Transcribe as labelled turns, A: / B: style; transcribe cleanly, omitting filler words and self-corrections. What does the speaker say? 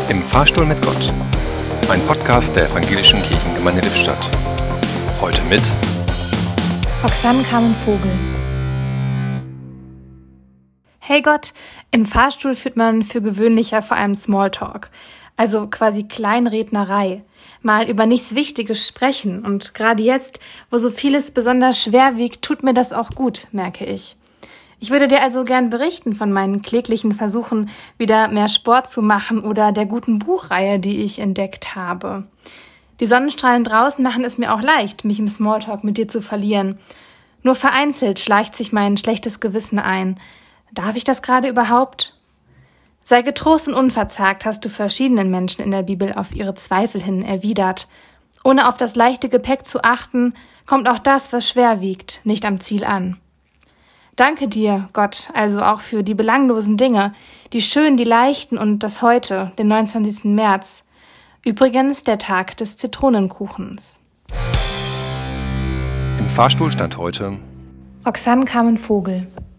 A: Im Fahrstuhl mit Gott. Ein Podcast der Evangelischen Kirchengemeinde Lippstadt. Heute mit
B: Roxanne Carmen-Vogel. Hey Gott, im Fahrstuhl führt man für gewöhnlich ja vor allem Smalltalk, also quasi Kleinrednerei. Mal über nichts Wichtiges sprechen, und gerade jetzt, wo so vieles besonders schwer wiegt, tut mir das auch gut, merke ich. Ich würde dir also gern berichten von meinen kläglichen Versuchen, wieder mehr Sport zu machen oder der guten Buchreihe, die ich entdeckt habe. Die Sonnenstrahlen draußen machen es mir auch leicht, mich im Smalltalk mit dir zu verlieren. Nur vereinzelt schleicht sich mein schlechtes Gewissen ein. Darf ich das gerade überhaupt? Sei getrost und unverzagt, hast du verschiedenen Menschen in der Bibel auf ihre Zweifel hin erwidert. Ohne auf das leichte Gepäck zu achten, kommt auch das, was schwer wiegt, nicht am Ziel an. Danke dir, Gott, also auch für die belanglosen Dinge, die schönen, die leichten und das heute, den 29. März. Übrigens der Tag des Zitronenkuchens.
A: Im Fahrstuhl stand heute
B: Roxanne Carmen-Vogel.